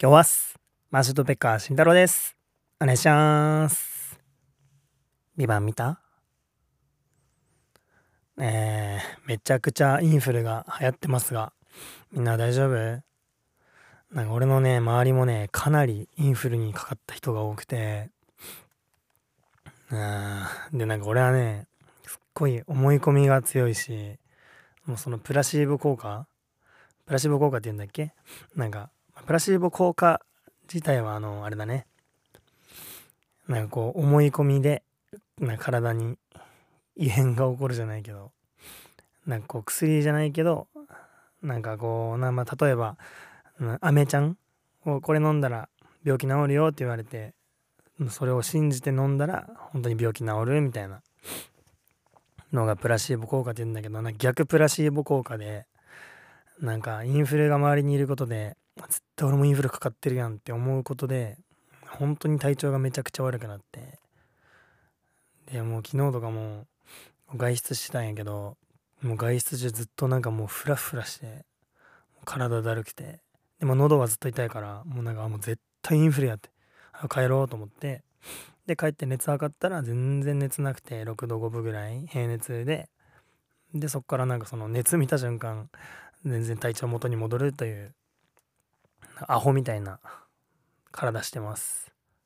今日はマシュトペッカー慎太郎です。お願いします。ビバン見た？めちゃくちゃインフルが流行ってますが、みんな大丈夫？なんか俺のね、周りもね、かなりインフルにかかった人が多くて、で、なんか俺はね、すっごい思い込みが強いし、もうそのプラシーボ効果って言うんだっけ？なんか、プラシーボ効果自体はあれだね。なんかこう思い込みで、なんか体に異変が起こるじゃないけど、なんかこう薬じゃないけど、なんかこう、例えば、アメちゃんをこれ飲んだら病気治るよって言われて、それを信じて飲んだら本当に病気治るみたいなのがプラシーボ効果って言うんだけど、なんか逆プラシーボ効果で、なんかインフレが周りにいることで、絶対俺もインフルかかってるやんって思うことで、本当に体調がめちゃくちゃ悪くなって、でもう昨日とかも外出したんやけど、もう外出中ずっとなんかもうフラフラして、体だるくて、でも喉はずっと痛いから、もうなんかもう絶対インフルやって、帰ろうと思って、で帰って熱測ったら全然熱なくて6度5分ぐらい平熱で、でそっからなんかその熱見た瞬間全然体調元に戻るというアホみたいな体してます。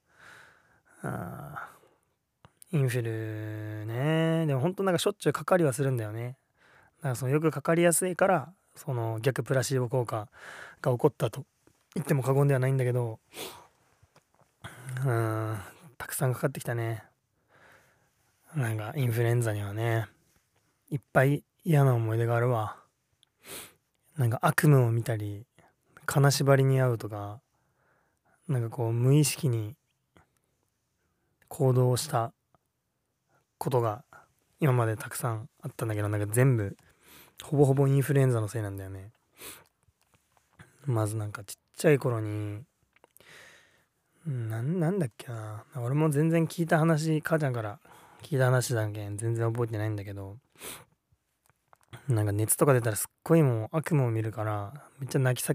インフルね。でも本当なんかしょっちゅうかかりはするんだよね。だからそのよくかかりやすいから、その逆プラシーボ効果が起こったと言っても過言ではないんだけど、たくさんかかってきたね。なんかインフルエンザにはね、いっぱい嫌な思い出があるわ。なんか悪夢を見たり、金縛りに遭うとか、なんかこう無意識に行動したことが今までたくさんあったんだけど、なんか全部ほぼほぼインフルエンザのせいなんだよね。まずなんかちっちゃい頃に、なんだっけな。俺も全然聞いた話、母ちゃんから聞いた話だけん全然覚えてないんだけど、なんか熱とか出たらすっごいもう悪夢を見るから、めっちゃ泣き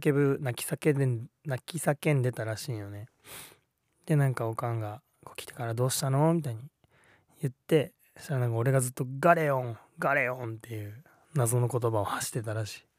叫んでたらしいよね。で、なんかおかんがこう来てからどうしたのみたいに言って、そしたらなんか俺がずっとガレオンっていう謎の言葉を発してたらしい。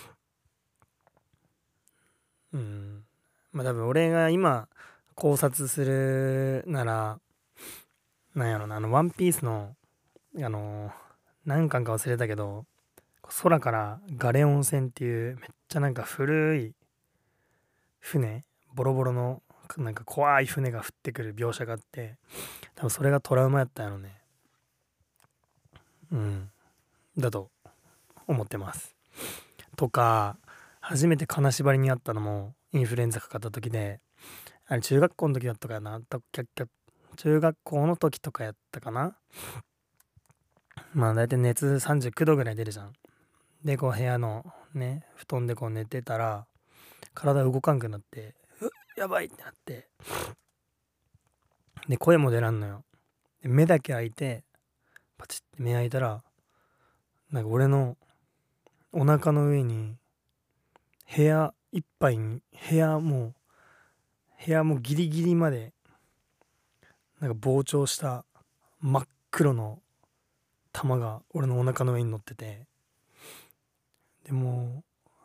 まあ多分俺が今考察するなら、なんやろな、ワンピースの、何巻か忘れたけど、空からガレオン船っていうめっちゃなんか古い船、ボロボロのなんか怖い船が降ってくる描写があって、多分それがトラウマやったんやろね。だと思ってます。とか、初めて金縛りにあったのもインフルエンザかかった時で、あれ中学校の時だったかな、中学校の時とかやったかな。まあ大体熱39度ぐらい出るじゃん。でこう部屋のね布団でこう寝てたら体動かんくなって、やばいってなって、で声も出らんのよ。で目だけ開いてパチッて目開いたら、なんか俺のお腹の上に部屋いっぱいに部屋もギリギリまでなんか膨張した真っ黒の玉が俺のお腹の上に乗ってて、でも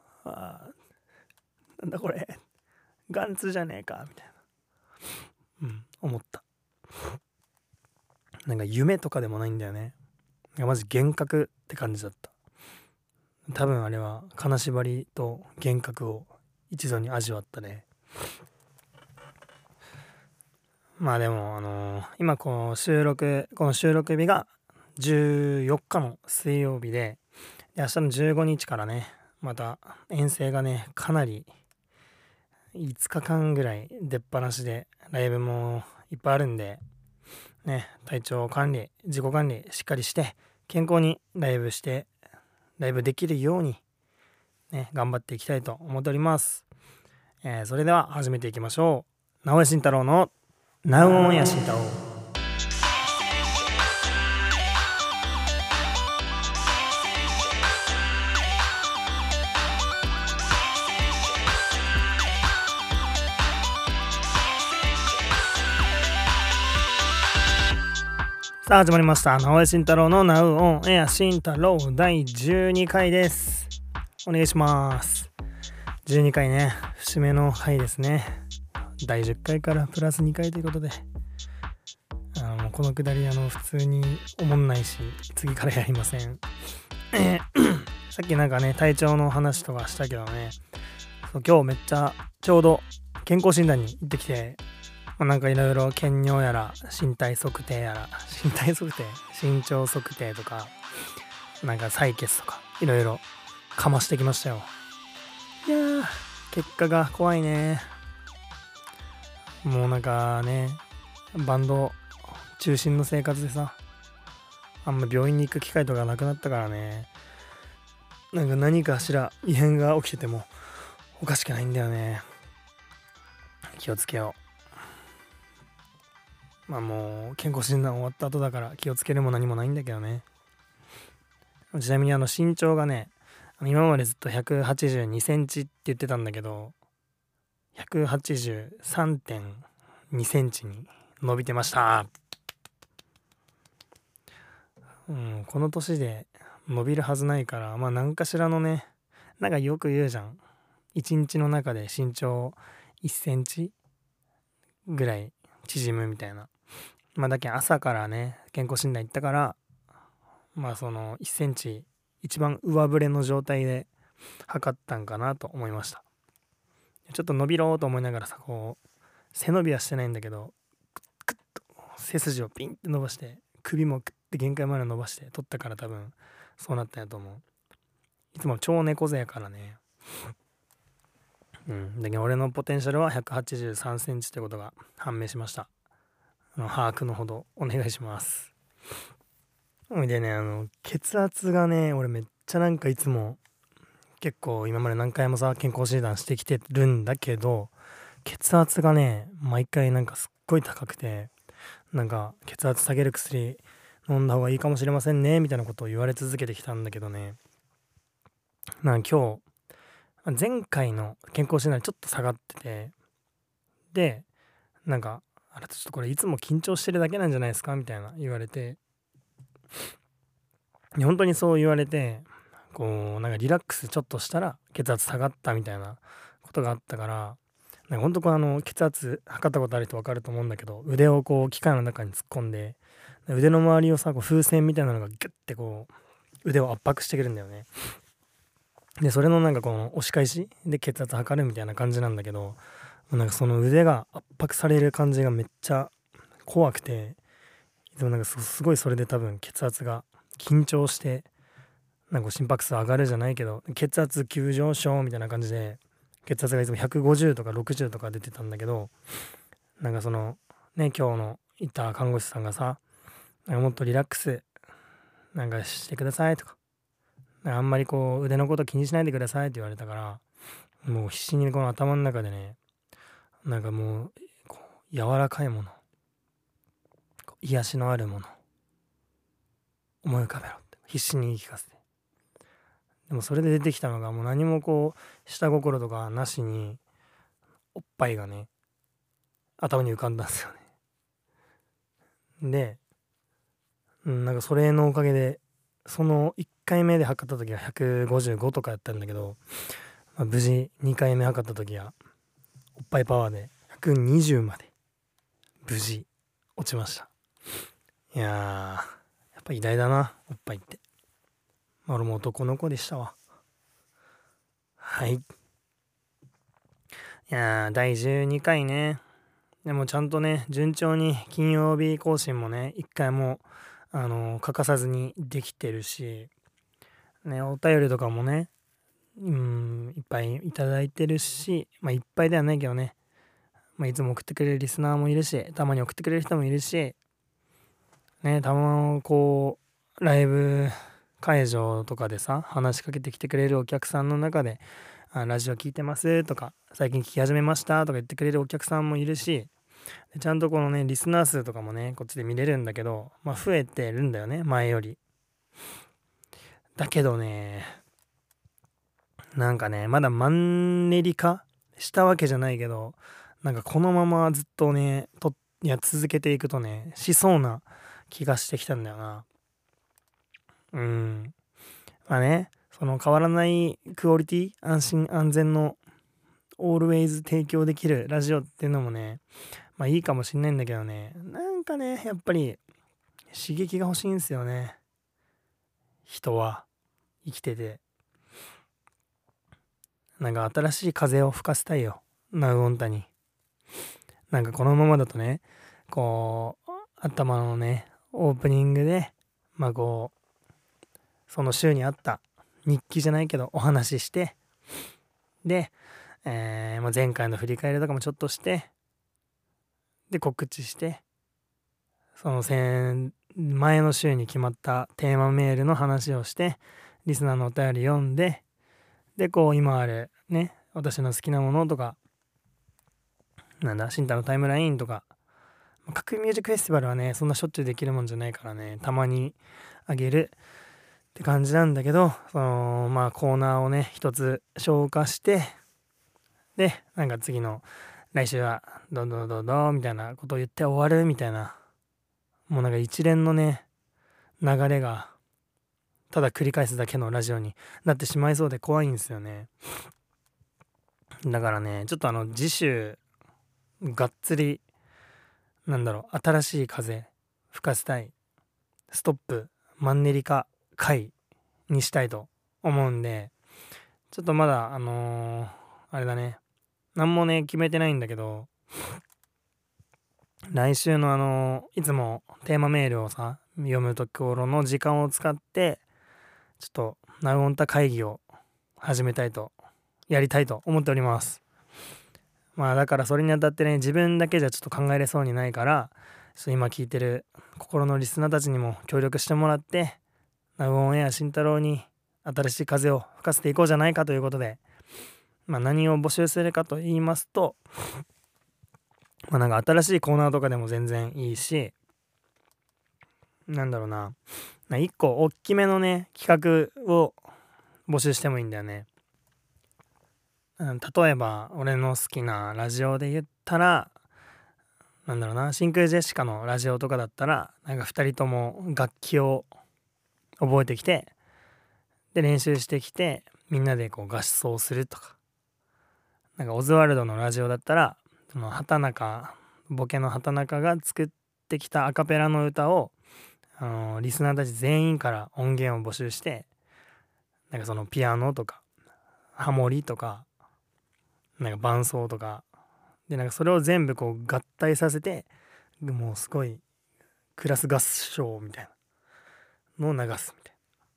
なんだこれガンツじゃねえかみたいな思った。なんか夢とかでもないんだよね。マジ幻覚って感じだった。多分あれは金縛りと幻覚を一度に味わったね。まあでも今この収録日が14日の水曜日で、明日の15日からねまた遠征がねかなり5日間ぐらい出っ放しで、ライブもいっぱいあるんでね、体調管理自己管理しっかりして健康にライブできるようにね頑張っていきたいと思っております。それでは始めていきましょう。直江慎太郎のナウオンや慎太郎。 さあ始まりました。直江慎太郎のナウオンエア慎太郎第12回です。お願いします。12回ね、節目の回ですね。第10回からプラス2回ということで、このくだり普通におもんないし、次からやりません。さっきなんかね、体調の話とかしたけどね、今日めっちゃちょうど健康診断に行ってきて、なんかいろいろ検尿やら身長測定身長測定とかなんか採血とかいろいろかましてきましたよ。いやー、結果が怖いね。もうなんかね、バンド中心の生活でさ、あんま病院に行く機会とかなくなったからね、なんか何かしら異変が起きててもおかしくないんだよね。気をつけよう。もう健康診断終わった後だから気をつけるも何もないんだけどね。ちなみに身長がね、今までずっと182センチって言ってたんだけど、183.2センチに伸びてました。この年で伸びるはずないから、何かしらのね、なんかよく言うじゃん。1日の中で身長1センチぐらい縮むみたいな。だけ朝からね、健康診断行ったから、その1センチ一番上振れの状態で測ったんかなと思いました。ちょっと伸びろと思いながらさ、こう背伸びはしてないんだけど、クッと背筋をピンって伸ばして、首もクッて限界まで伸ばして取ったから多分そうなったんやと思う。いつも超猫背やからね。だけど俺のポテンシャルは183センチってことが判明しました。把握のほどお願いします。でね、血圧がね、俺めっちゃなんかいつも結構今まで何回もさ健康診断してきてるんだけど、血圧がね毎回なんかすっごい高くて、なんか血圧下げる薬飲んだ方がいいかもしれませんねみたいなことを言われ続けてきたんだけどね、今日前回の健康診断ちょっと下がってて、でなんかあれちょっとこれいつも緊張してるだけなんじゃないですかみたいな言われて、本当にそう言われて、こうなんかリラックスちょっとしたら血圧下がったみたいなことがあったから、なんか本当こう血圧測ったことある人分かると思うんだけど、腕をこう機械の中に突っ込んで、腕の周りをさこう風船みたいなのがギュッてこう腕を圧迫してくるんだよね。でそれのなんかこの押し返しで血圧測るみたいな感じなんだけど、なんかその腕が圧迫される感じがめっちゃ怖くて、でもなんかすごいそれで多分血圧が緊張して、なんか心拍数上がるじゃないけど血圧急上昇みたいな感じで血圧がいつも150とか60とか出てたんだけど、なんかそのね今日のいた看護師さんがさ、なんかもっとリラックスなんかしてくださいとか、なんかあんまりこう腕のこと気にしないでくださいって言われたから、もう必死にこの頭の中でね、なんかもうこう柔らかいもの、癒しのあるもの思い浮かべろって必死に言い聞かせて、でもそれで出てきたのがもう何もこう下心とかなしにおっぱいがね頭に浮かんだんですよね。で、なんかそれのおかげでその1回目で測った時は155とかやったんだけど、無事2回目測った時はおっぱいパワーで120まで無事落ちました。いやー、やっぱ偉大だなおっぱいって。俺も男の子でしたわ。はい。いやー、第12回ね。でもちゃんとね順調に金曜日更新もね一回も欠かさずにできてるしね、お便りとかもねいっぱいいただいてるし、いっぱいではないけどね、いつも送ってくれるリスナーもいるし、たまに送ってくれる人もいるしね、たまにこうライブ会場とかでさ話しかけてきてくれるお客さんの中でラジオ聞いてますとか最近聞き始めましたとか言ってくれるお客さんもいるし、ちゃんとこのねリスナー数とかもねこっちで見れるんだけど、増えてるんだよね前より。だけどね、なんかねまだマンネリ化したわけじゃないけど、なんかこのままずっとねや続けていくとねしそうな気がしてきたんだよな。まあね、その変わらないクオリティ、安心安全のオールウェイズ提供できるラジオっていうのもね、まあいいかもしんないんだけどね、なんかね、やっぱり刺激が欲しいんですよね。人は生きてて。なんか新しい風を吹かせたいよ。ナウオンタに。なんかこのままだとね、こう、頭のね、オープニングで、まあこう、その週にあった日記じゃないけどお話しして、で、まあ、前回の振り返りとかもちょっとして、で、告知して、その前の週に決まったテーマメールの話をして、リスナーのお便り読んで、で、こう今あるね、私の好きなものとか、なんだ、新太のタイムラインとか、架空ミュージックフェスティバルはね、そんなしょっちゅうできるもんじゃないからね、たまにあげるって感じなんだけど、その、まあコーナーをね、一つ消化して、で、なんか次の来週はどんどんどんどんみたいなことを言って終わるみたいな、もうなんか一連のね、流れがただ繰り返すだけのラジオになってしまいそうで怖いんですよね。だからね、ちょっと次週がっつり、なんだろう、新しい風吹かせたい、ストップマンネリ化回にしたいと思うんで、ちょっとまだあれだね、何もね決めてないんだけど、来週のいつもテーマメールをさ読むところの時間を使って、ちょっとナウオンタ会議を始めたいと、やりたいと思っております。まあだからそれにあたってね、自分だけじゃちょっと考えれそうにないから、ちょっと今聞いてる心のリスナーたちにも協力してもらって、ナウオンエア慎太郎に新しい風を吹かせていこうじゃないかということで、まあ何を募集するかと言いますと、まあなんか新しいコーナーとかでも全然いいし、なんだろうな、一個大きめのね企画を募集してもいいんだよね。例えば俺の好きなラジオで言ったら、なんだろうな、真空ジェシカのラジオとかだったら、なんか2人とも楽器を覚えてきて、で練習してきて、みんなでこう合奏するとか。なんかオズワルドのラジオだったら、そのボケの畑中が作ってきたアカペラの歌を、リスナーたち全員から音源を募集して、なんかそのピアノとかハモリとかなんか伴奏とかで、なんかそれを全部こう合体させて、もうすごいクラス合唱みたいなのを流すみたい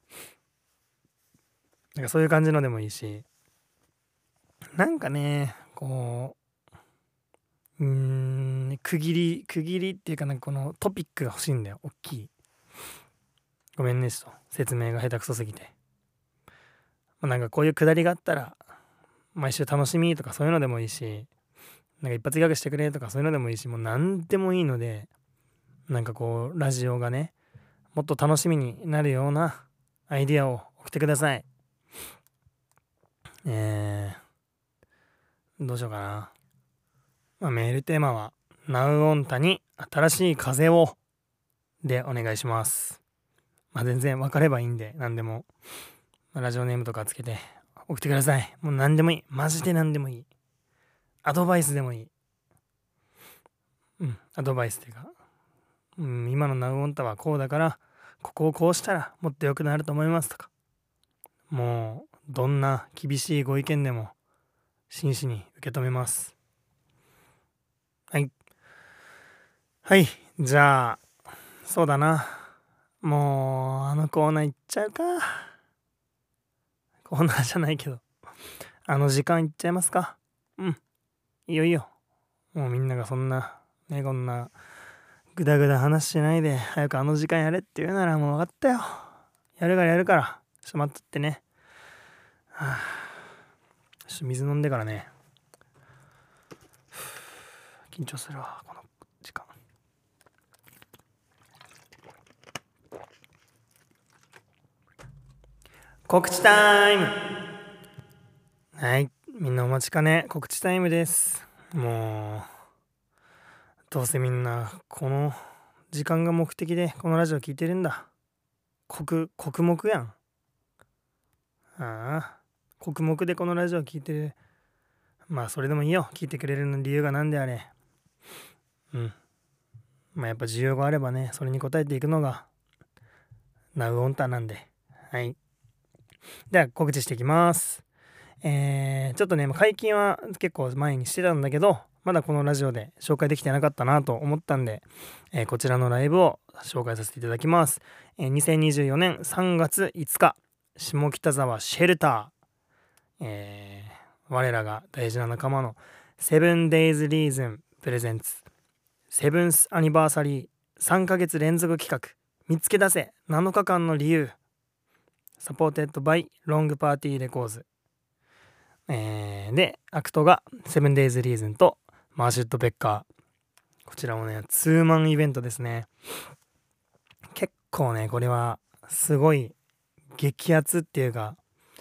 な、なんかそういう感じのでもいいし、なんかねこう区切りっていうか、なんかこのトピックが欲しいんだよ、大きい。ごめんね、ちょっと説明が下手くそすぎて。なんかこういうくだりがあったら毎週楽しみとかそういうのでもいいし、なんか一発ギャグしてくれとかそういうのでもいいし、もう何でもいいので、なんかこうラジオがねもっと楽しみになるようなアイディアを送ってください。どうしようかな。メールテーマはナウオンタに新しい風をでお願いします。全然分かればいいんで、何でも、ラジオネームとかつけて送ってください。もう何でもいい、マジで何でもいい。アドバイスでもいい。アドバイスっていうか、今のナウオンタはこうだからここをこうしたらもっと良くなると思いますとか、もうどんな厳しいご意見でも真摯に受け止めます。はい、じゃあそうだな、もうあのコーナー行っちゃうか。コーナーじゃないけど、時間いっちゃいますか。いいよいいよ。もうみんながそんなね、こんなグダグダ話しないで早く時間やれって言うならもう分かったよ。やるから。ちょっと待っとってね。ちょっと水飲んでからね。緊張するわこの時間。告知タイム。はい、みんなお待ちかね、告知タイムです。もうどうせみんなこの時間が目的でこのラジオ聞いてるんだ。黙々やん。黙々でこのラジオ聞いてる。まあそれでもいいよ。聞いてくれるの理由が何であれ。やっぱ需要があればね、それに応えていくのがナウオンタなんで。はい。では告知していきます。ちょっとね、解禁は結構前にしてたんだけど、まだこのラジオで紹介できてなかったなと思ったんで、こちらのライブを紹介させていただきます。2024年3月5日、下北沢シェルター、我らが大事な仲間のセブンデイズリーズンプレゼンツセブンスアニバーサリー3ヶ月連続企画見つけ出せ7日間の理由サポーテッドバイロングパーティーレコーズ、でアクトがセブンデイズリーズンとマーシュット・ベッカー、こちらもねツーマンイベントですね。結構ねこれはすごい激アツっていうか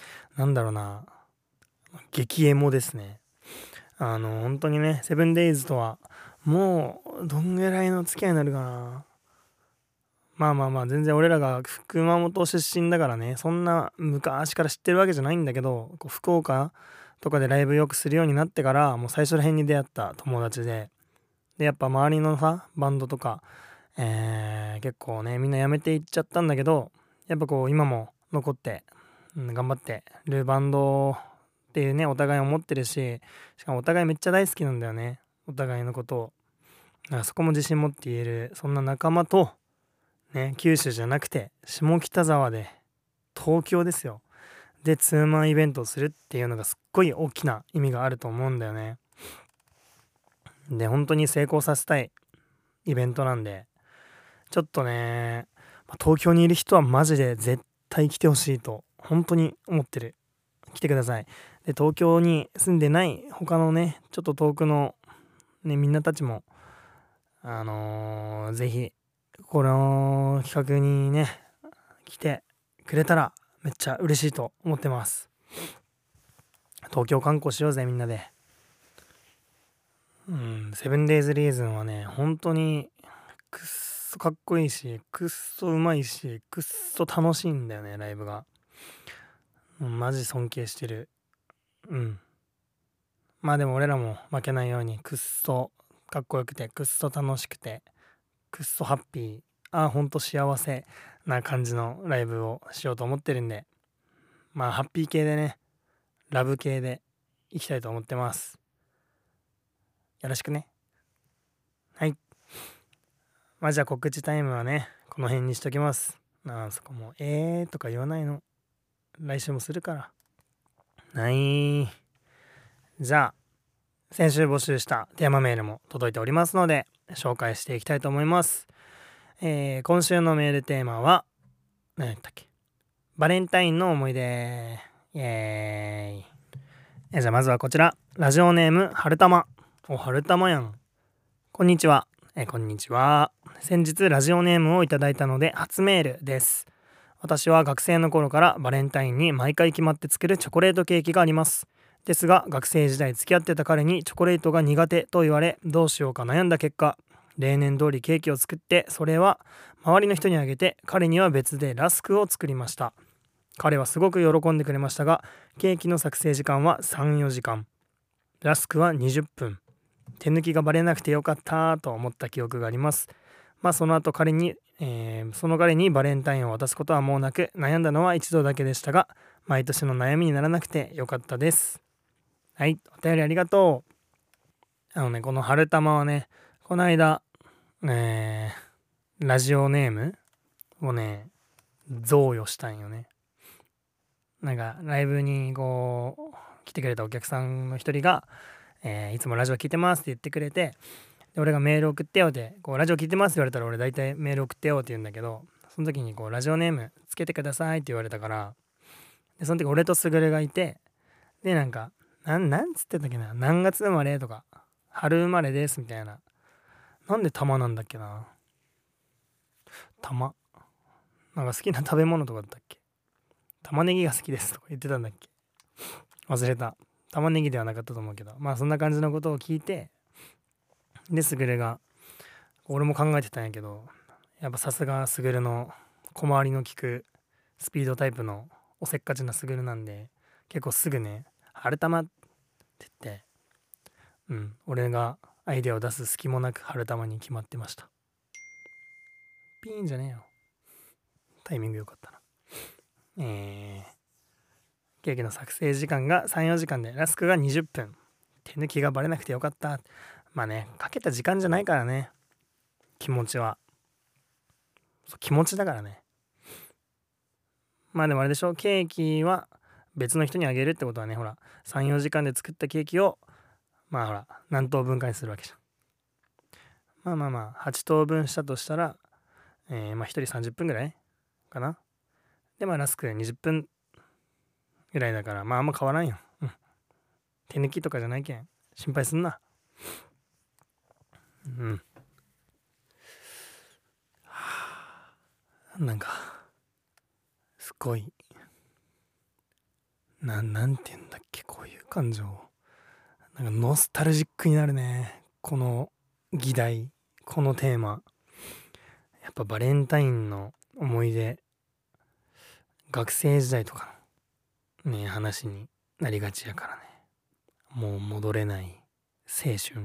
激エモですね。本当にねセブンデイズとはもうどんぐらいの付き合いになるかな。全然俺らが熊本出身だからね、そんな昔から知ってるわけじゃないんだけど、福岡とかでライブよくするようになってからもう最初ら辺に出会った友達で、やっぱ周りのバンドとか、結構ねみんな辞めていっちゃったんだけど、やっぱ今も残って、頑張ってるバンドっていうねお互い思ってるし、しかもお互いめっちゃ大好きなんだよね、お互いのことを。だからそこも自信持って言えるそんな仲間とね、九州じゃなくて下北沢で東京ですよでツーマンイベントをするっていうのがすっごい大きな意味があると思うんだよね。で本当に成功させたいイベントなんで、ちょっとね、東京にいる人はマジで絶対来てほしいと本当に思ってる。来てください。で東京に住んでない他のねちょっと遠くのねみんなたちもぜひこの企画にね来てくれたらめっちゃ嬉しいと思ってます。東京観光しようぜみんなで。セブンデイズリーズンはね本当にくっそかっこいいしくっそうまいしくっそ楽しいんだよねライブが。マジ尊敬してる。でも俺らも負けないようにくっそかっこよくてくっそ楽しくてくっそハッピーほんと幸せな感じのライブをしようと思ってるんで、ハッピー系でねラブ系でいきたいと思ってます。よろしくね。はい。じゃあ告知タイムはねこの辺にしときます。そこもとか言わないの、来週もするから。じゃあ先週募集したテーマメールも届いておりますので紹介していきたいと思います。今週のメールテーマは何やったっけ、バレンタインの思い出。イエーイ。じゃあまずはこちら、ラジオネームはるたま。はるたまやん。こんにちは。こんにちは。先日ラジオネームをいただいたので初メールです。私は学生の頃からバレンタインに毎回決まって作るチョコレートケーキがあります。ですが学生時代付き合ってた彼にチョコレートが苦手と言われ、どうしようか悩んだ結果、例年通りケーキを作って、それは周りの人にあげて、彼には別でラスクを作りました。彼はすごく喜んでくれましたが、ケーキの作成時間は 3,4 時間、ラスクは20分。手抜きがバレなくてよかったと思った記憶があります。その後彼にバレンタインを渡すことはもうなく、悩んだのは一度だけでしたが、毎年の悩みにならなくてよかったです。はい、お便りありがとう。この春玉はね、この間、ラジオネームをね贈与したんよね。ライブに来てくれたお客さんの一人が、いつもラジオ聞いてますって言ってくれて、で俺がメール送ってよってラジオ聞いてますって言われたら俺大体メール送ってよって言うんだけど、その時にラジオネームつけてくださいって言われたから、でその時俺とすぐるがいて、でなんつってたっけな、何月生まれとか春生まれですみたいな、なんで玉なんだっけな、玉好きな食べ物とかだったっけ、玉ねぎが好きですとか言ってたんだっけ、忘れた。玉ねぎではなかったと思うけど、そんな感じのことを聞いて、ですぐるが俺も考えてたんやけど、 やっぱさすがスグルの小回りの利くスピードタイプのおせっかちなスグルなんで、結構すぐね春玉って言って、俺がアイデアを出す隙もなく春玉に決まってました。ピーンじゃねえよ、タイミング良かったな。ケーキの作成時間が3、4時間でラスクが20分。手抜きがバレなくてよかった。まあね、かけた時間じゃないからね、気持ちは。そう、気持ちだからね。まあでもあれでしょ、ケーキは別の人にあげるってことはね、ほら3、4時間で作ったケーキをまあほら何等分解するわけじゃん。まあ8等分したとしたら、まあ1人30分ぐらいかな。でまあラスク20分ぐらいだから、まああんま変わらんよ。手抜きとかじゃないけん心配すんな。なんかすごいなんて言うんだっけ、こういう感情、なんかノスタルジックになるね、この議題、このテーマ。やっぱバレンタインの思い出、学生時代とかのね話になりがちやからね。もう戻れない青春。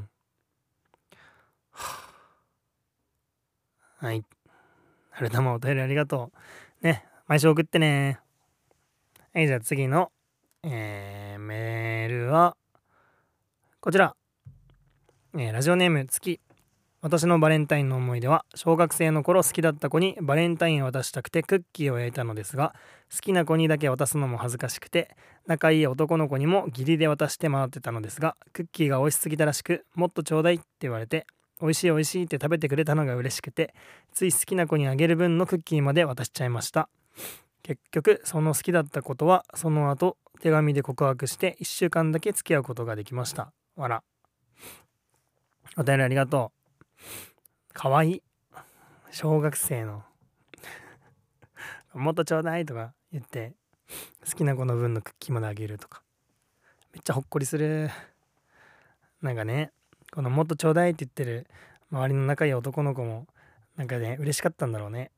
はい、春玉お便りありがとうね、毎週送ってね。はい、じゃあ次の、メールはこちら、ラジオネーム月。私のバレンタインの思い出は、小学生の頃好きだった子にバレンタインを渡したくてクッキーを焼いたのですが、好きな子にだけ渡すのも恥ずかしくて、仲いい男の子にも義理で渡して回ってたのですが、クッキーが美味しすぎたらしく、もっとちょうだいって言われて、美味しい美味しいって食べてくれたのが嬉しくて、つい好きな子にあげる分のクッキーまで渡しちゃいました。結局その好きだったことはその後手紙で告白して1週間だけ付き合うことができました。わら。お便りありがとう。かわいい。小学生のもっとちょうだいとか言って好きな子の分のクッキーまであげるとか、めっちゃほっこりする。なんかね、このもっとちょうだいって言ってる周りの仲いい男の子もなんかね嬉しかったんだろうね。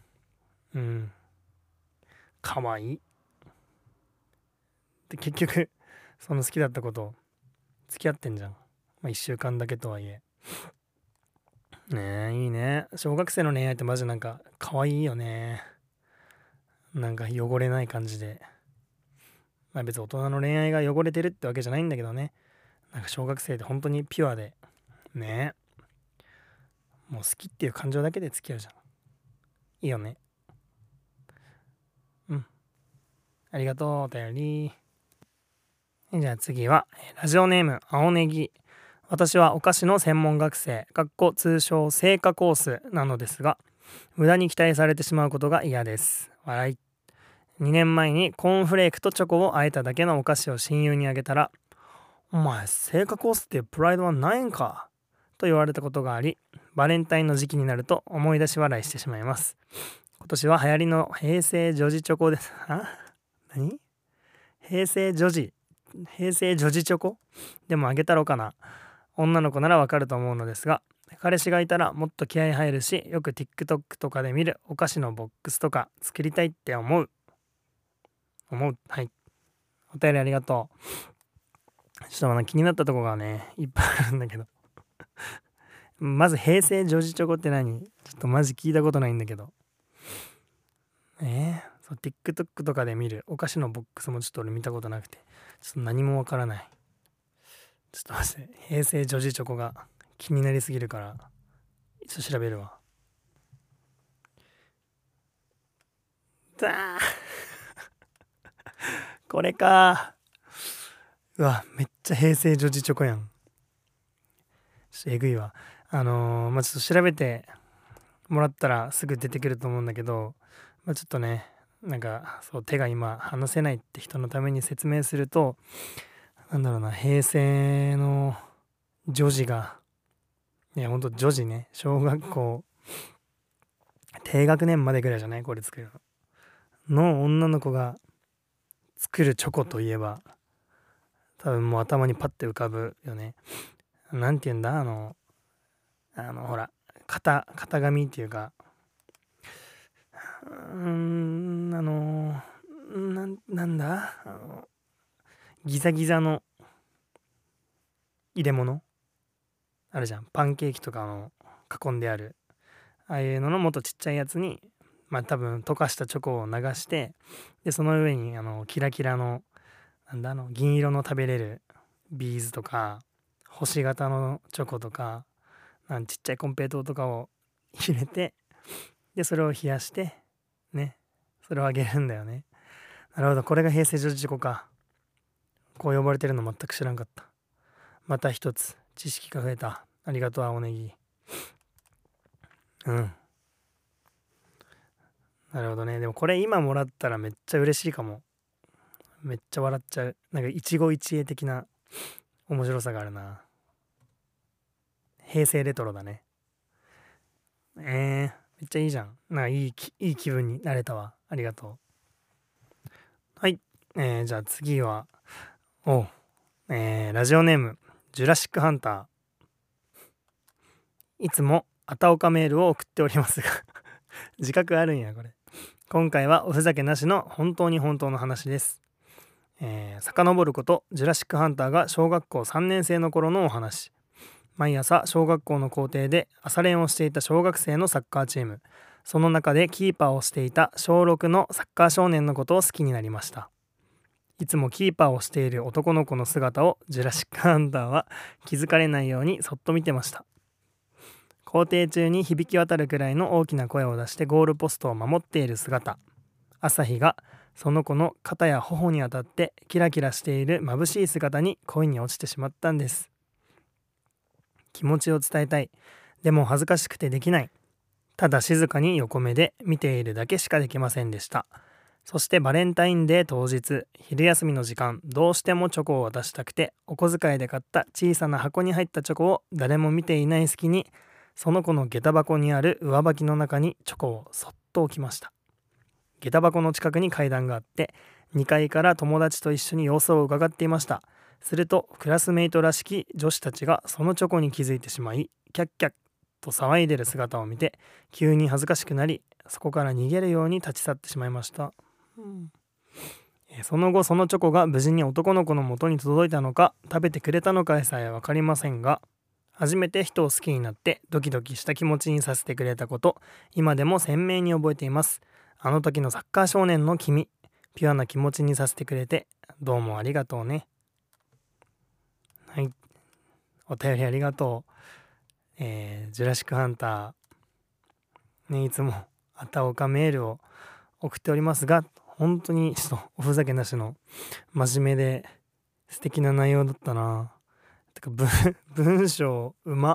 かわいい。で結局その好きだった子と付き合ってんじゃん。1週間だけとはいえ。ねえ、いいね。小学生の恋愛ってマジなんか可愛いよね。なんか汚れない感じで。まあ別に大人の恋愛が汚れてるってわけじゃないんだけどね。なんか小学生って本当にピュアで。ねえ。もう好きっていう感情だけで付き合うじゃん。いいよね。ありがとう、お便り。じゃあ次は、ラジオネーム、青ネギ。私はお菓子の専門学生、通称成果コースなのですが、無駄に期待されてしまうことが嫌です。笑い。2年前にコーンフレークとチョコをあえただけのお菓子を親友にあげたら、お前、成果コースってプライドはないんかと言われたことがあり、バレンタインの時期になると思い出し笑いしてしまいます。今年は流行りの平成女児チョコです。何平成女児チョコでもあげたろかな。女の子ならわかると思うのですが、彼氏がいたらもっと気合い入るし、よく TikTok とかで見るお菓子のボックスとか作りたいって思う。はい。お便りありがとう。ちょっとまだ気になったとこがねいっぱいあるんだけどまず平成女児チョコって何？ちょっとマジ聞いたことないんだけど。そう TikTok とかで見るお菓子のボックスもちょっと俺見たことなくて、ちょっと何もわからない。ちょっと待って、平成女児チョコが気になりすぎるから一応調べるわ。これか。うわ、めっちゃ平成女児チョコやん。ちょっとえぐいわ。ちょっと調べてもらったらすぐ出てくると思うんだけど、ちょっとね、なんかそう手が今離せないって人のために説明すると、なんだろうな、平成の女児が、いやほんと女児ね、小学校低学年までぐらいじゃないこれ作るの女の子が作るチョコといえば、多分もう頭にパッて浮かぶよね。なんて言うんだ、ほら型紙っていうか、 なんだギザギザの入れ物あるじゃん。パンケーキとか囲んであるああいうののもっとちっちゃいやつに多分溶かしたチョコを流して、でその上にキラキラの銀色の食べれるビーズとか星型のチョコとかちっちゃいコンペイトーとかを入れて、でそれを冷やしてね、それをあげるんだよね。なるほど、これが平成女子チョコか。こう呼ばれてるの全く知らんかった。また一つ知識が増えた。ありがとう青ネギ。なるほどね。でもこれ今もらったらめっちゃ嬉しいかも。めっちゃ笑っちゃう。一期一会的な面白さがあるな。平成レトロだね。めっちゃいいじゃん。いい気分になれたわ。ありがとう。はい。じゃあ次は、ラジオネーム、ジュラシックハンター。いつも、あたおかメールを送っておりますが自覚あるんや、これ。今回はおふざけなしの本当に本当の話です。遡ることジュラシックハンターが小学校3年生の頃のお話。毎朝小学校の校庭で朝練をしていた小学生のサッカーチーム、その中でキーパーをしていた小6のサッカー少年のことを好きになりました。いつもキーパーをしている男の子の姿をジュラシックハンターは気づかれないようにそっと見てました。校庭中に響き渡るくらいの大きな声を出してゴールポストを守っている姿、朝日がその子の肩や頬に当たってキラキラしている眩しい姿に恋に落ちてしまったんです。気持ちを伝えたい。でも恥ずかしくてできない。ただ静かに横目で見ているだけしかできませんでした。そしてバレンタインデー当日、昼休みの時間、どうしてもチョコを渡したくて、お小遣いで買った小さな箱に入ったチョコを誰も見ていない隙に、その子の下駄箱にある上履きの中にチョコをそっと置きました。下駄箱の近くに階段があって、2階から友達と一緒に様子を伺っていました。するとクラスメイトらしき女子たちがそのチョコに気づいてしまい、キャッキャッと騒いでる姿を見て急に恥ずかしくなり、そこから逃げるように立ち去ってしまいました。その後そのチョコが無事に男の子の元に届いたのか食べてくれたのかさえ分かりませんが、初めて人を好きになってドキドキした気持ちにさせてくれたこと、今でも鮮明に覚えています。あの時のサッカー少年の君、ピュアな気持ちにさせてくれてどうもありがとうね。はい、お便りありがとう。ジュラシックハンターね、いつもあたおかメールを送っておりますが、本当にちょっとおふざけなしの真面目で素敵な内容だったな。てか文章うま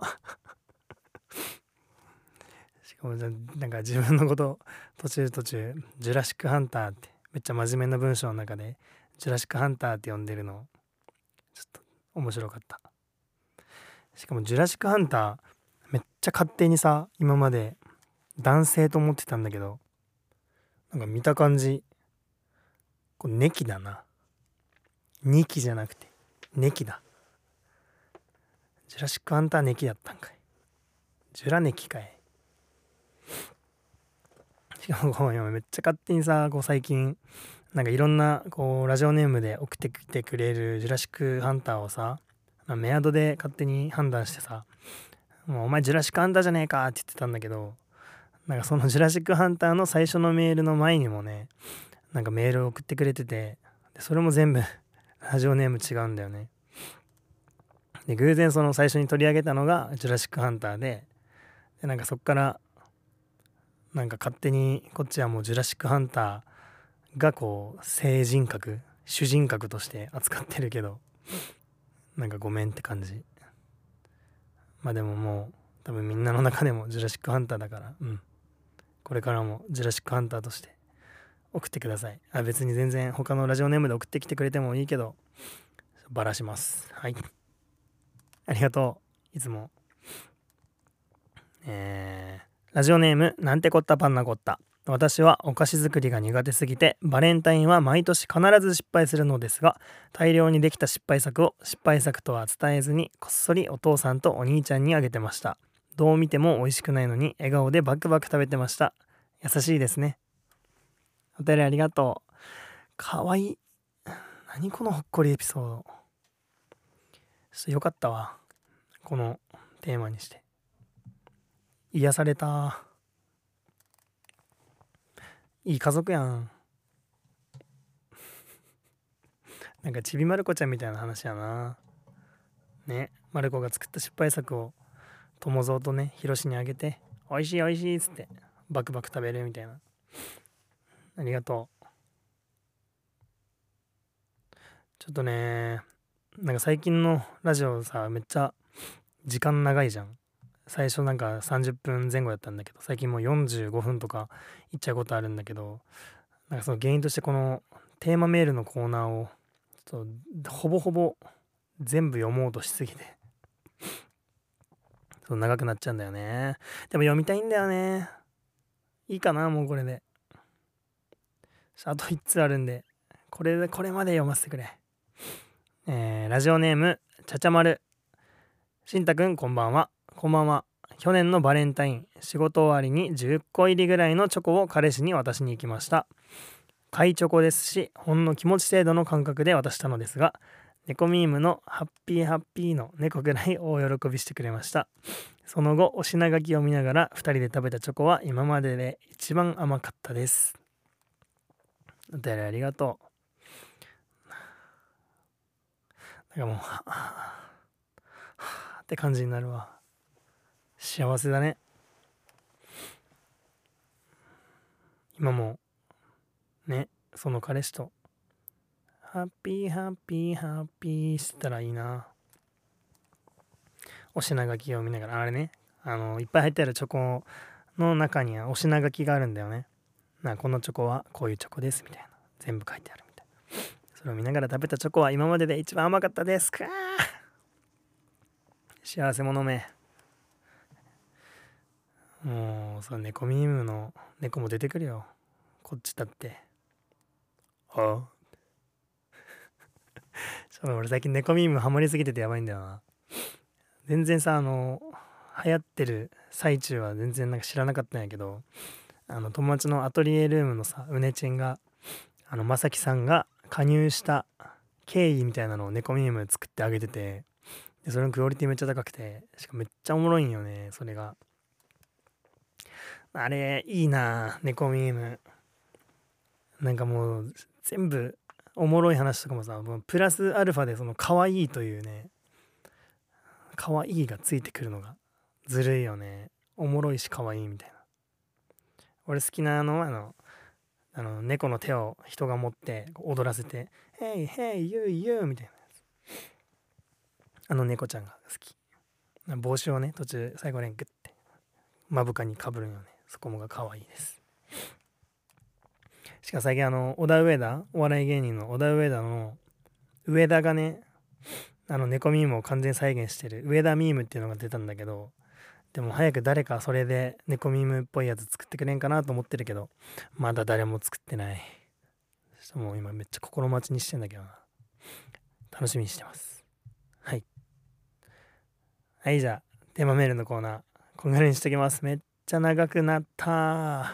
しかも自分のこと途中ジュラシックハンターってめっちゃ真面目な文章の中でジュラシックハンターって呼んでるのちょっと面白かった。しかもジュラシックハンターめっちゃ勝手にさ、今まで男性と思ってたんだけど、見た感じこれネキだな。2期じゃなくてネキだ。ジュラシックハンターネキだったんかい。ジュラネキかい。しかも今めっちゃ勝手にさ、最近いろんなラジオネームで送ってきてくれるジュラシックハンターをさ、メアドで勝手に判断してさ、もうお前ジュラシックハンターじゃねえかって言ってたんだけど、そのジュラシックハンターの最初のメールの前にもね、メールを送ってくれてて、でそれも全部ラジオネーム違うんだよね。で偶然その最初に取り上げたのがジュラシックハンターで、そっから勝手にこっちはもうジュラシックハンターが正人格主人格として扱ってるけど、ごめんって感じ。でももう多分みんなの中でもジュラシックハンターだから、これからもジュラシックハンターとして送ってください。別に全然他のラジオネームで送ってきてくれてもいいけど、バラします。はい、ありがとう。いつもラジオネームなんてこったパンナコッタ。私はお菓子作りが苦手すぎてバレンタインは毎年必ず失敗するのですが、大量にできた失敗作を失敗作とは伝えずにこっそりお父さんとお兄ちゃんにあげてました。どう見ても美味しくないのに笑顔でバクバク食べてました。優しいですね。 お便りありがとう。かわいい。何このほっこりエピソード。ちょっとよかったわ。このテーマにして。癒された。いい家族やん。なんかちびまる子ちゃんみたいな話やな。ね、まる子が作った失敗作を友蔵とね、ひろしにあげて、おいしいおいしいっつってバクバク食べるみたいな。ありがとう。ちょっとね、なんか最近のラジオさ、めっちゃ時間長いじゃん。最初なんか30分前後やったんだけど、最近もう45分とかいっちゃうことあるんだけど、なんかその原因としてこのテーマメールのコーナーをちょっとほぼほぼ全部読もうとしすぎてそう長くなっちゃうんだよね。でも読みたいんだよね。いいかな、もうこれで。あと1通あるんで、これまで読ませてくれ。ラジオネームちゃちゃまる。しんたくんこんばんは。こんばんは。去年のバレンタイン、仕事終わりに10個入りぐらいのチョコを彼氏に渡しに行きました。買いチョコですし、ほんの気持ち程度の感覚で渡したのですが、猫ミームのハッピーハッピーの猫ぐらい大喜びしてくれました。その後、お品書きを見ながら2人で食べたチョコは今までで一番甘かったです。お便りありがとう。なんかもう、はぁって感じになるわ。幸せだね。今もね、その彼氏とハッピーハッピーハッピーしてたらいいな。お品書きを見ながら、あれね、いっぱい入ってあるチョコの中にはお品書きがあるんだよね。このチョコはこういうチョコですみたいな。全部書いてあるみたいな。それを見ながら食べたチョコは今までで一番甘かったです。幸せ者め。もう、その猫ミームの猫も出てくるよ。こっちだって。あ俺最近猫ミームハマりすぎててやばいんだよな。全然さ、流行ってる最中は全然なんか知らなかったんやけど、友達のアトリエルームのさ、うねちんが、まさきさんが加入した経緯みたいなのを猫ミーム作ってあげてて、でそれのクオリティめっちゃ高くて、しかもめっちゃおもろいんよね、それが。あれ、いいな、猫ミーム。なんかもう、全部、おもろい話とかもさ、もうプラスアルファでその可愛いというね、可愛いがついてくるのがずるいよね。おもろいし可愛いみたいな。俺好きな猫の手を人が持って踊らせて「Hey hey you you」みたいな猫ちゃんが好き。帽子をね、途中最後にグッて目深にかぶるよね。そこもが可愛いです。しかも最近小田上田、お笑い芸人の小田上田の上田がね、猫ミームを完全再現してる上田ミームっていうのが出たんだけど、でも早く誰かそれで猫ミームっぽいやつ作ってくれんかなと思ってるけど、まだ誰も作ってない。もう今めっちゃ心待ちにしてんだけどな。楽しみにしてます。はい。はい、じゃあテーマメールのコーナーこんぐらいにしときます。めっちゃ長くなった。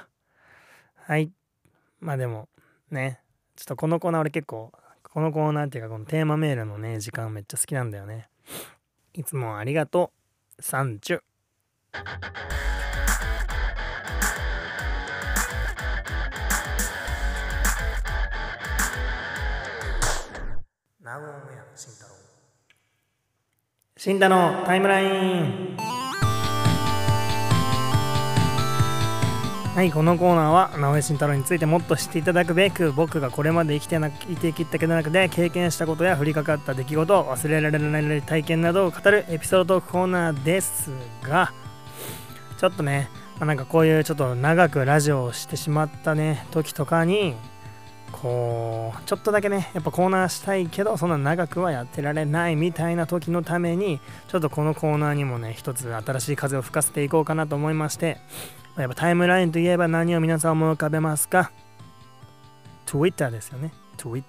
はい。まあでもね、ちょっとこのコーナー俺結構、このコーナーっていうかこのテーマメールのね時間めっちゃ好きなんだよね。いつもありがとう。サンチュ。ナウオンエア慎太郎。慎太のタイムライン。はい、このコーナーは直江慎太郎についてもっと知っていただくべく、僕がこれまで生きてきた中で経験したことや降りかかった出来事、忘れられない体験などを語るエピソードトークコーナーですが、ちょっとね、なんかこういうちょっと長くラジオをしてしまったね時とかに、こうちょっとだけねやっぱコーナーしたいけどそんな長くはやってられないみたいな時のために、ちょっとこのコーナーにもね一つ新しい風を吹かせていこうかなと思いまして、やっぱタイムラインといえば何を皆さん思い浮かべますか？ Twitter ですよね。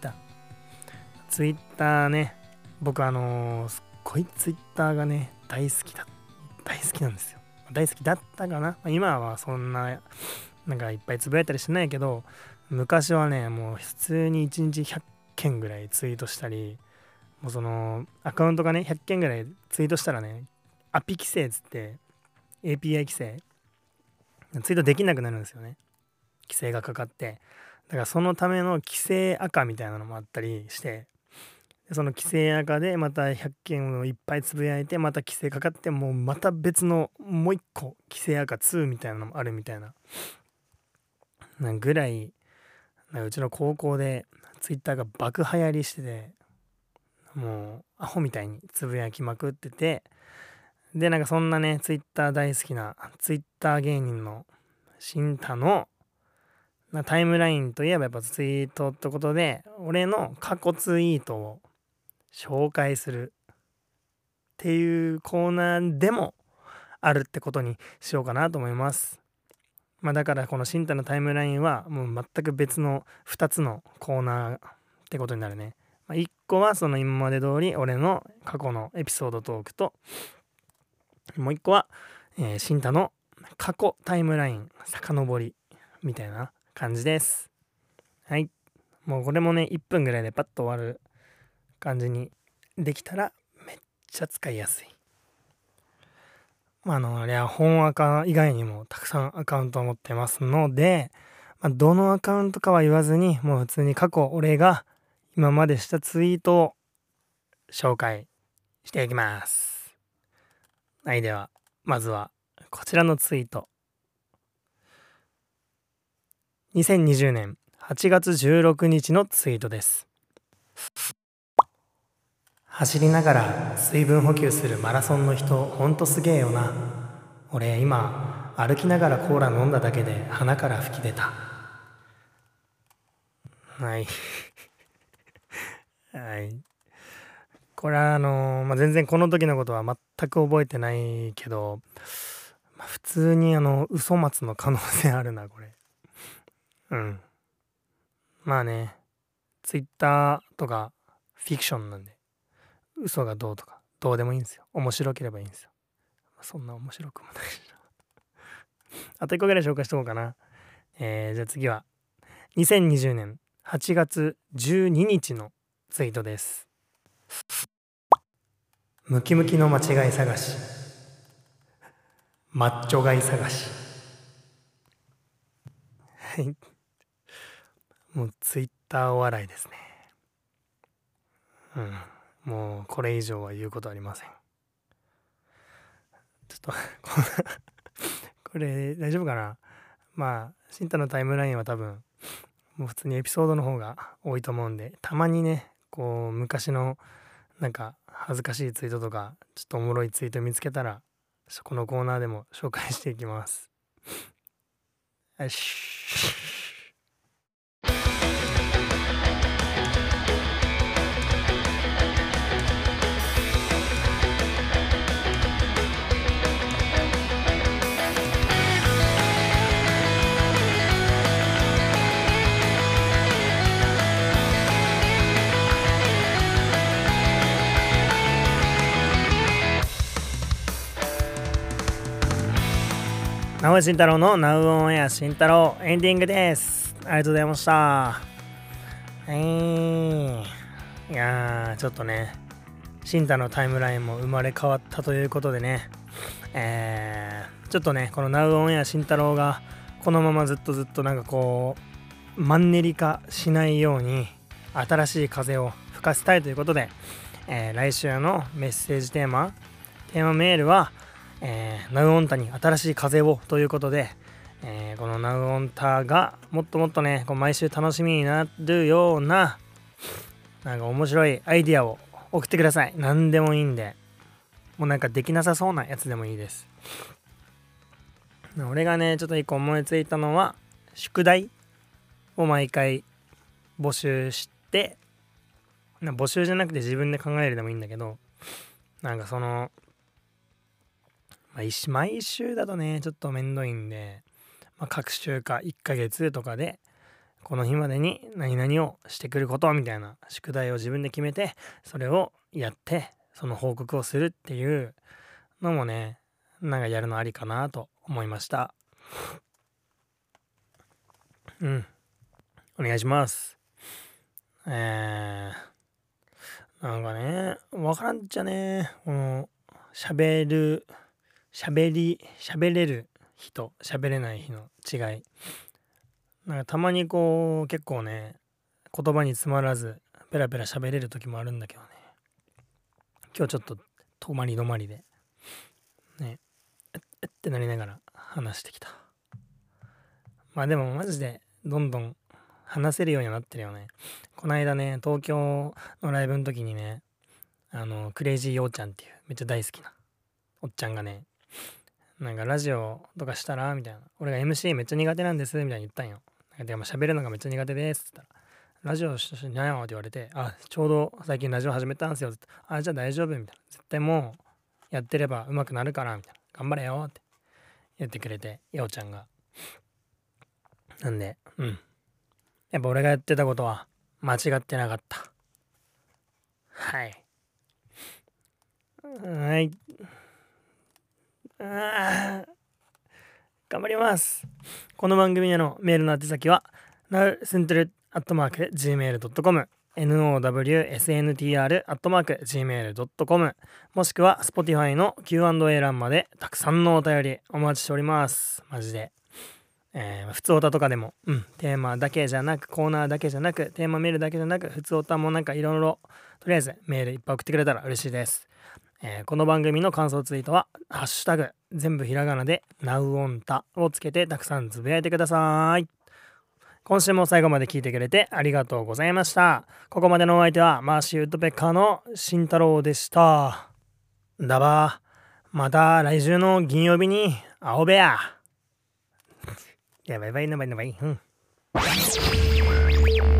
Twitter ね。僕すっごい Twitter がね大好きなんですよ。大好きだったかな。今はそんななんかいっぱいつぶやいたりしてないけど、 昔はねもう普通に1日100件ぐらいツイートしたり、もうそのアカウントがね100件ぐらいツイートしたらね、アピ規制っつって API 規制、ツイートできなくなるんですよね。規制がかかって、だからそのための規制赤みたいなのもあったりして、でその規制赤でまた100件をいっぱいつぶやいて、また規制かかって、もうまた別のもう一個規制赤2みたいなのもあるみたいなぐらい、うちの高校でツイッターが爆流行りしてて、もうアホみたいにつぶやきまくってて、でなんかそんなねツイッター大好きなツイッター芸人の新太のタイムラインといえばやっぱツイートってことで、俺の過去ツイートを紹介するっていうコーナーでもあるってことにしようかなと思います。だからこの新太のタイムラインはもう全く別の2つのコーナーってことになるね。1個はその今まで通り俺の過去のエピソードトークと、もう1個は、新太の過去タイムライン遡りみたいな感じです。はい。もうこれもね1分ぐらいでパッと終わる感じにできたらめっちゃ使いやすい。あれは本アカ以外にもたくさんアカウントを持ってますので、どのアカウントかは言わずに、もう普通に過去俺が今までしたツイートを紹介していきます。はい、ではまずはこちらのツイート。2020年8月16日のツイートです。走りながら水分補給するマラソンの人ほんとすげえよな。俺今歩きながらコーラ飲んだだけで鼻から吹き出た。はいはいこれは全然この時のことは全く覚えてないけど、普通に嘘松の可能性あるなこれ。ツイッターとかフィクションなんで、嘘がどうとかどうでもいいんですよ。面白ければいいんですよ。そんな面白くもないしなあと1個ぐらい紹介しとこうかな。じゃあ次は2020年8月12日のツイートです。ムキムキの間違い探し、マッチョガイ探し。はいもうツイッターお笑いですね。もうこれ以上は言うことありません。ちょっとこれ大丈夫かな。新太のタイムラインは多分もう普通にエピソードの方が多いと思うんで、たまにねこう昔のなんか恥ずかしいツイートとかちょっとおもろいツイート見つけたら、そこのコーナーでも紹介していきます。よし直江慎太郎のナウオンエア慎太郎エンディングです。ありがとうございました。いやちょっとね慎太のタイムラインも生まれ変わったということでね、ちょっとねこのナウオンエア慎太郎がこのままずっとなんかこうマンネリ化しないように新しい風を吹かせたいということで、来週のメッセージテーマメールはナウオンタに新しい風をということで、このナウオンタがもっともっとねこう毎週楽しみになるようななんか面白いアイディアを送ってください。何でもいいんで、もうなんかできなさそうなやつでもいいです。俺がねちょっと一個思いついたのは、宿題を毎回募集して、募集じゃなくて自分で考えるでもいいんだけど、なんかその毎週だとねちょっとめんどいんで、各週か1ヶ月とかでこの日までに何々をしてくることみたいな宿題を自分で決めて、それをやってその報告をするっていうのもねなんかやるのありかなと思いました。 お願いします。なんかね、わからんっちゃね、この、喋れる日と喋れない日の違い。なんかたまにこう、結構ね、言葉に詰まらず、ペラペラ喋れる時もあるんだけどね。今日ちょっと、止まり止まりで、ね、ってなりながら話してきた。まあでもマジで、どんどん話せるようにはなってるよね。この間ね、東京のライブの時にね、クレイジーようちゃんっていうめっちゃ大好きなおっちゃんがね、なんかラジオとかしたらみたいな。俺が MC めっちゃ苦手なんですみたいに言ったんよ。でも喋るのがめっちゃ苦手ですって言ったら、ラジオしないよって言われて、あ、ちょうど最近ラジオ始めたんですよって。あ、じゃあ大丈夫みたいな。絶対もうやってれば上手くなるからみたいな。頑張れよって言ってくれて、ようちゃんが。なんで、やっぱ俺がやってたことは間違ってなかった。はい。はい。頑張ります。この番組へのメールの宛先は nowcentral@gmail.com nowsntr@gmail.com もしくは Spotify の Q&A 欄までたくさんのお便りお待ちしております。マジで。普通オタとかでも、テーマだけじゃなく、コーナーだけじゃなく、テーマメールだけじゃなく、普通オタもなんかいろいろ、とりあえずメールいっぱい送ってくれたら嬉しいです。この番組の感想ツイートは、ハッシュタグ、全部ひらがなで、ナウオンタをつけてたくさんつぶやいてください。今週も最後まで聞いてくれてありがとうございました。ここまでのお相手は、マーシーウッドペッカーの慎太郎でした。だば、また来週の銀曜日に会おうべや。いや、バイバイなバイなバイ。